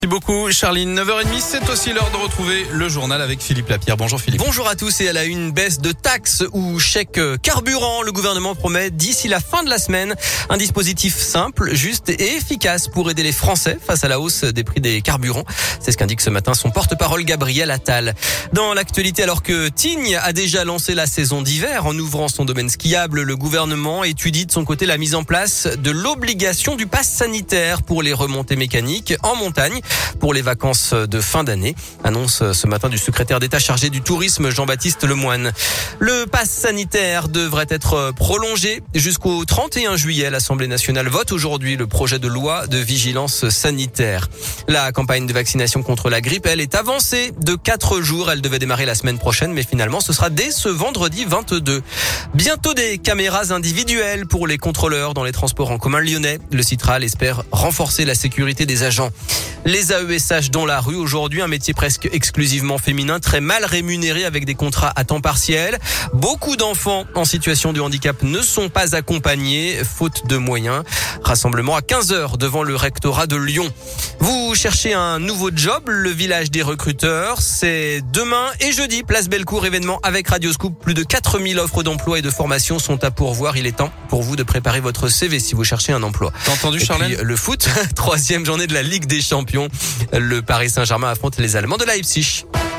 Merci beaucoup Charline. 9h30, c'est aussi l'heure de retrouver le journal avec Philippe Lapierre. Bonjour Philippe. Bonjour à tous et à la une, baisse de taxes ou chèque carburant. Le gouvernement promet d'ici la fin de la semaine un dispositif simple, juste et efficace pour aider les Français face à la hausse des prix des carburants. C'est ce qu'indique ce matin son porte-parole Gabriel Attal. Dans l'actualité, alors que Tignes a déjà lancé la saison d'hiver en ouvrant son domaine skiable, le gouvernement étudie de son côté la mise en place de l'obligation du pass sanitaire pour les remontées mécaniques en montagne pour les vacances de fin d'année. Annonce ce matin du secrétaire d'État chargé du tourisme Jean-Baptiste Lemoyne. Le pass sanitaire devrait être prolongé jusqu'au 31 juillet. L'Assemblée nationale vote aujourd'hui le projet de loi de vigilance sanitaire. La campagne de vaccination contre la grippe, elle, est avancée de 4 jours. Elle devait démarrer la semaine prochaine, mais finalement, ce sera dès ce vendredi 22. Bientôt des caméras individuelles pour les contrôleurs dans les transports en commun lyonnais. Le Citral espère renforcer la sécurité des agents. Les AESH dans la rue aujourd'hui, un métier presque exclusivement féminin, très mal rémunéré avec des contrats à temps partiel. Beaucoup d'enfants en situation de handicap ne sont pas accompagnés, faute de moyens. Rassemblement à 15h devant le rectorat de Lyon. Vous cherchez un nouveau job, le village des recruteurs, c'est demain et jeudi, place Bellecour, événement avec Radioscoop. Plus de 4000 offres d'emploi et de formation sont à pourvoir. Il est temps pour vous de préparer votre CV si vous cherchez un emploi. T'as entendu Charlène ? Le foot, 3e journée de la Ligue des Champions. Le Paris Saint-Germain affronte les Allemands de Leipzig.